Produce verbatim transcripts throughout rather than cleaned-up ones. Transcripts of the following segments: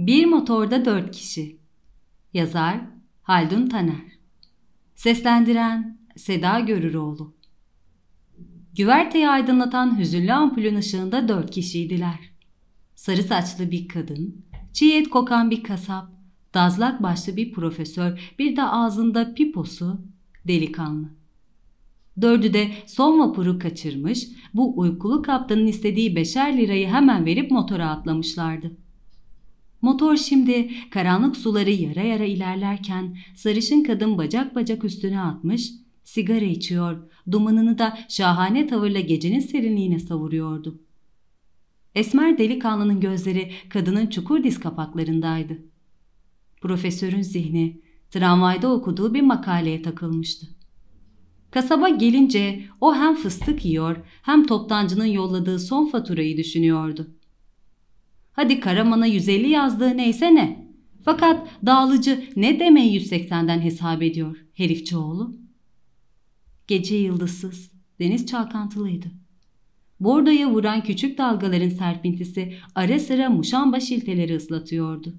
Bir motorda dört kişi. Yazar Haldun Taner. Seslendiren Seda Görüroğlu. Güverteyi aydınlatan hüzünlü ampulün ışığında dört kişiydiler. Sarı saçlı bir kadın, çiğ et kokan bir kasap, dazlak başlı bir profesör, bir de ağzında piposu, delikanlı. Dördü de son vapuru kaçırmış, bu uykulu kaptanın istediği beşer lirayı hemen verip motora atlamışlardı. Motor şimdi karanlık suları yara yara ilerlerken sarışın kadın bacak bacak üstüne atmış, sigara içiyor, dumanını da şahane tavırla gecenin serinliğine savuruyordu. Esmer delikanlının gözleri kadının çukur diz kapaklarındaydı. Profesörün zihni tramvayda okuduğu bir makaleye takılmıştı. Kasaba gelince o hem fıstık yiyor hem toptancının yolladığı son faturayı düşünüyordu. Hadi Karaman'a yüz elli yazdığı neyse ne. Fakat dağlıcı ne demeyi yüz seksenden hesap ediyor herifçioğlu. Gece yıldızsız, deniz çalkantılıydı. Bordoya vuran küçük dalgaların serpintisi ara sıra muşamba şilteleri ıslatıyordu.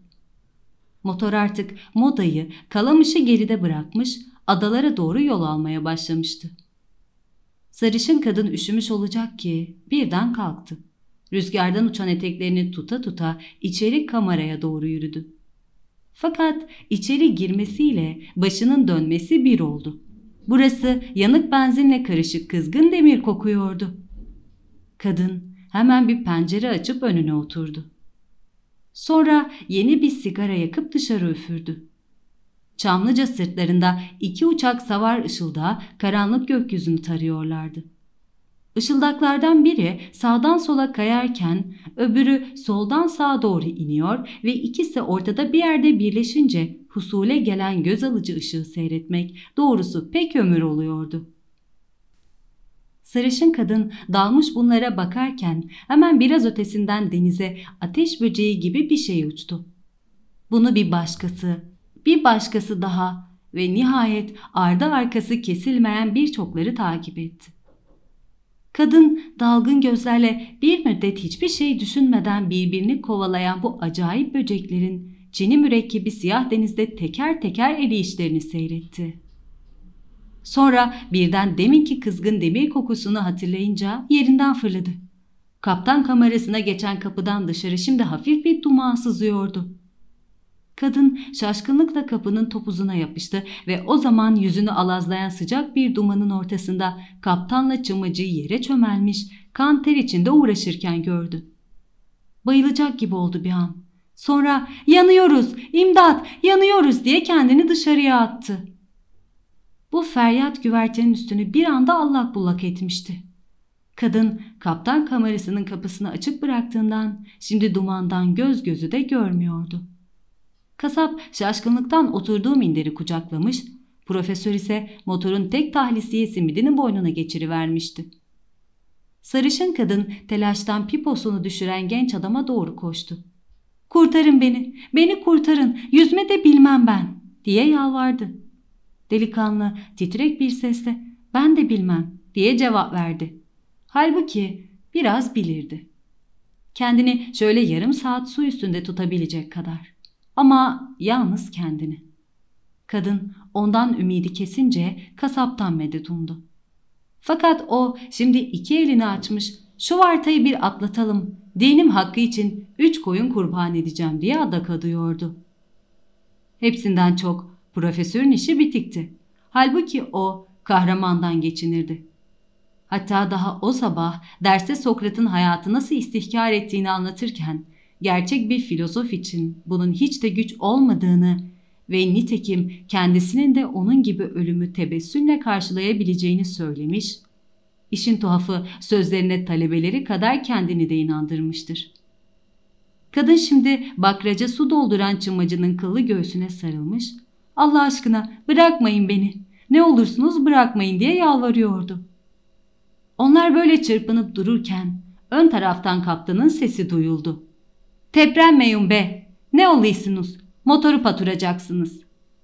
Motor artık Moda'yı, Kalamış'ı geride bırakmış, adalara doğru yol almaya başlamıştı. Sarışın kadın üşümüş olacak ki birden kalktı. Rüzgardan uçan eteklerini tuta tuta içeri kameraya doğru yürüdü. Fakat içeri girmesiyle başının dönmesi bir oldu. Burası yanık benzinle karışık kızgın demir kokuyordu. Kadın hemen bir pencere açıp önüne oturdu. Sonra yeni bir sigara yakıp dışarı üfürdü. Çamlıca sırtlarında iki uçak savar ışıldağı karanlık gökyüzünü tarıyorlardı. Işıldaklardan biri sağdan sola kayarken öbürü soldan sağa doğru iniyor ve ikisi ortada bir yerde birleşince husule gelen göz alıcı ışığı seyretmek doğrusu pek ömür oluyordu. Sarışın kadın dalmış bunlara bakarken hemen biraz ötesinden denize ateş böceği gibi bir şey uçtu. Bunu bir başkası, bir başkası daha ve nihayet ardı arkası kesilmeyen birçokları takip etti. Kadın dalgın gözlerle bir müddet hiçbir şey düşünmeden birbirini kovalayan bu acayip böceklerin çini mürekkebi siyah denizde teker teker eriyişlerini seyretti. Sonra birden deminki kızgın demir kokusunu hatırlayınca yerinden fırladı. Kaptan kamerasına geçen kapıdan dışarı şimdi hafif bir duman sızıyordu. Kadın şaşkınlıkla kapının topuzuna yapıştı ve o zaman yüzünü alazlayan sıcak bir dumanın ortasında kaptanla çımacı yere çömelmiş, kan ter içinde uğraşırken gördü. Bayılacak gibi oldu bir an. Sonra yanıyoruz, imdat, yanıyoruz diye kendini dışarıya attı. Bu feryat güvertenin üstünü bir anda allak bullak etmişti. Kadın kaptan kamerasının kapısını açık bıraktığından şimdi dumandan göz gözü de görmüyordu. Kasap şaşkınlıktan oturduğu minderi kucaklamış, profesör ise motorun tek tahlisiye simidini boynuna geçirivermişti. Sarışın kadın telaştan piposunu düşüren genç adama doğru koştu. "Kurtarın beni, beni kurtarın, yüzme de bilmem ben," diye yalvardı. Delikanlı titrek bir sesle "Ben de bilmem," diye cevap verdi. Halbuki biraz bilirdi. Kendini şöyle yarım saat su üstünde tutabilecek kadar. Ama yalnız kendini. Kadın ondan ümidi kesince kasaptan medet umdu. Fakat o şimdi iki elini açmış, "Şu vartayı bir atlatalım, dinim hakkı için üç koyun kurban edeceğim," diye adak adıyordu. Hepsinden çok profesörün işi bitikti. Halbuki o kahramandan geçinirdi. Hatta daha o sabah derste Sokrat'ın hayatı nasıl istihkar ettiğini anlatırken gerçek bir filozof için bunun hiç de güç olmadığını ve nitekim kendisinin de onun gibi ölümü tebessümle karşılayabileceğini söylemiş, işin tuhafı sözlerine talebeleri kadar kendini de inandırmıştır. Kadın şimdi bakraca su dolduran çımacının kıllı göğsüne sarılmış, "Allah aşkına bırakmayın beni, ne olursunuz bırakmayın," diye yalvarıyordu. Onlar böyle çırpınıp dururken ön taraftan kaptanın sesi duyuldu. "Teprenmeyin be, ne oluyorsunuz, motoru paturacaksınız."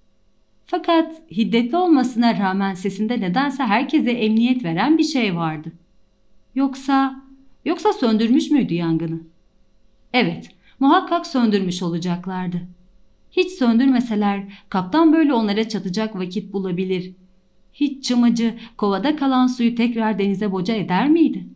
Fakat hiddetli olmasına rağmen sesinde nedense herkese emniyet veren bir şey vardı. Yoksa, yoksa söndürmüş müydü yangını? Evet, Muhakkak söndürmüş olacaklardı. Hiç söndürmeseler kaptan böyle onlara çatacak vakit bulabilir. Hiç çımacı kovada kalan suyu tekrar denize boca eder miydi?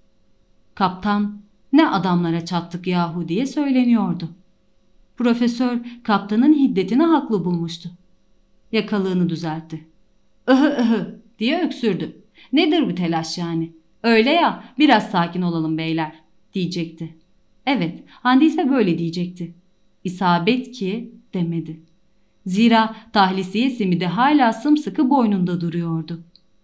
Kaptan, ne adamlara çattık yahu diye söyleniyordu. Profesör kaptanın hiddetini haklı bulmuştu. Yakalığını düzeltti. Ihı ıhı diye öksürdü. Nedir bu telaş yani? Öyle ya, biraz sakin olalım beyler diyecekti. Evet, Handi ise böyle diyecekti. İsabet ki demedi. Zira tahlisiye simidi hala sımsıkı boynunda duruyordu.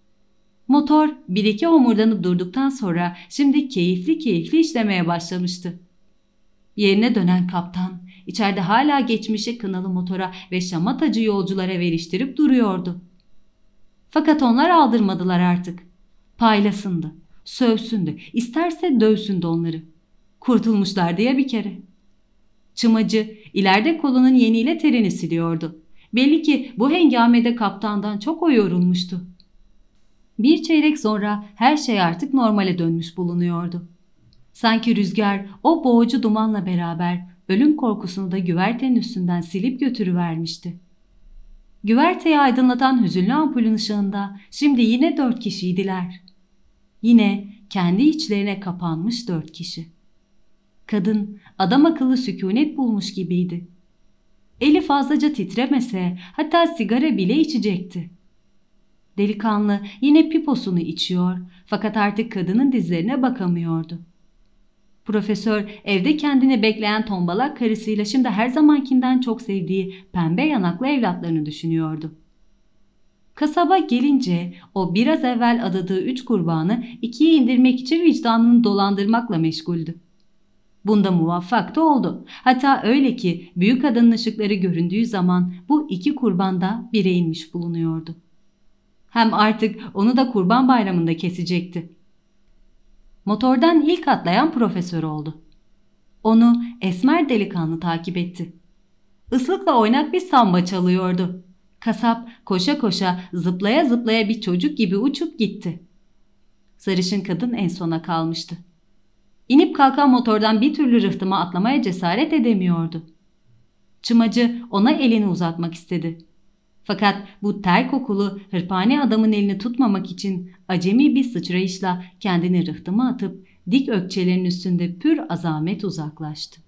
Motor bir iki homurdanıp durduktan sonra şimdi keyifli keyifli işlemeye başlamıştı. Yerine dönen kaptan içeride hala geçmişe kınalı motora ve şamatacı yolculara veriştirip duruyordu. Fakat onlar aldırmadılar artık. Paylasındı, sövsündü, isterse dövsündü onları. Kurtulmuşlar diye bir kere. Çımacı ileride kolunun yeniyle terini siliyordu. Belli ki bu hengamede kaptandan çok o yorulmuştu. Bir çeyrek sonra her şey artık normale dönmüş bulunuyordu. Sanki rüzgar o boğucu dumanla beraber ölüm korkusunu da güvertenin üstünden silip götürüvermişti. Güverteyi aydınlatan hüzünlü ampulün ışığında şimdi yine dört kişiydiler. Yine kendi içlerine kapanmış dört kişi. Kadın adam akıllı sükunet bulmuş gibiydi. Eli fazlaca titremese hatta sigara bile içecekti. Delikanlı yine piposunu içiyor fakat artık kadının dizlerine bakamıyordu. Profesör evde kendini bekleyen tombalak karısıyla şimdi her zamankinden çok sevdiği pembe yanaklı evlatlarını düşünüyordu. Kasaba gelince o biraz evvel adadığı üç kurbanı ikiye indirmek için vicdanını dolandırmakla meşguldü. Bunda muvaffak da oldu. Hatta öyle ki büyük adanın ışıkları göründüğü zaman bu iki kurban da bire inmiş bulunuyordu. Hem artık onu da Kurban Bayramı'nda kesecekti. Motordan ilk atlayan profesör oldu. Onu esmer delikanlı takip etti. Islıkla oynak bir samba çalıyordu. Kasap koşa koşa zıplaya zıplaya bir çocuk gibi uçup gitti. Sarışın kadın en sona kalmıştı. İnip kalkan motordan bir türlü rıhtıma atlamaya cesaret edemiyordu. Çımacı ona elini uzatmak istedi. Fakat bu ter kokulu hırpani adamın elini tutmamak için acemi bir sıçrayışla kendini rıhtıma atıp dik ökçelerin üstünde pür azamet uzaklaştı.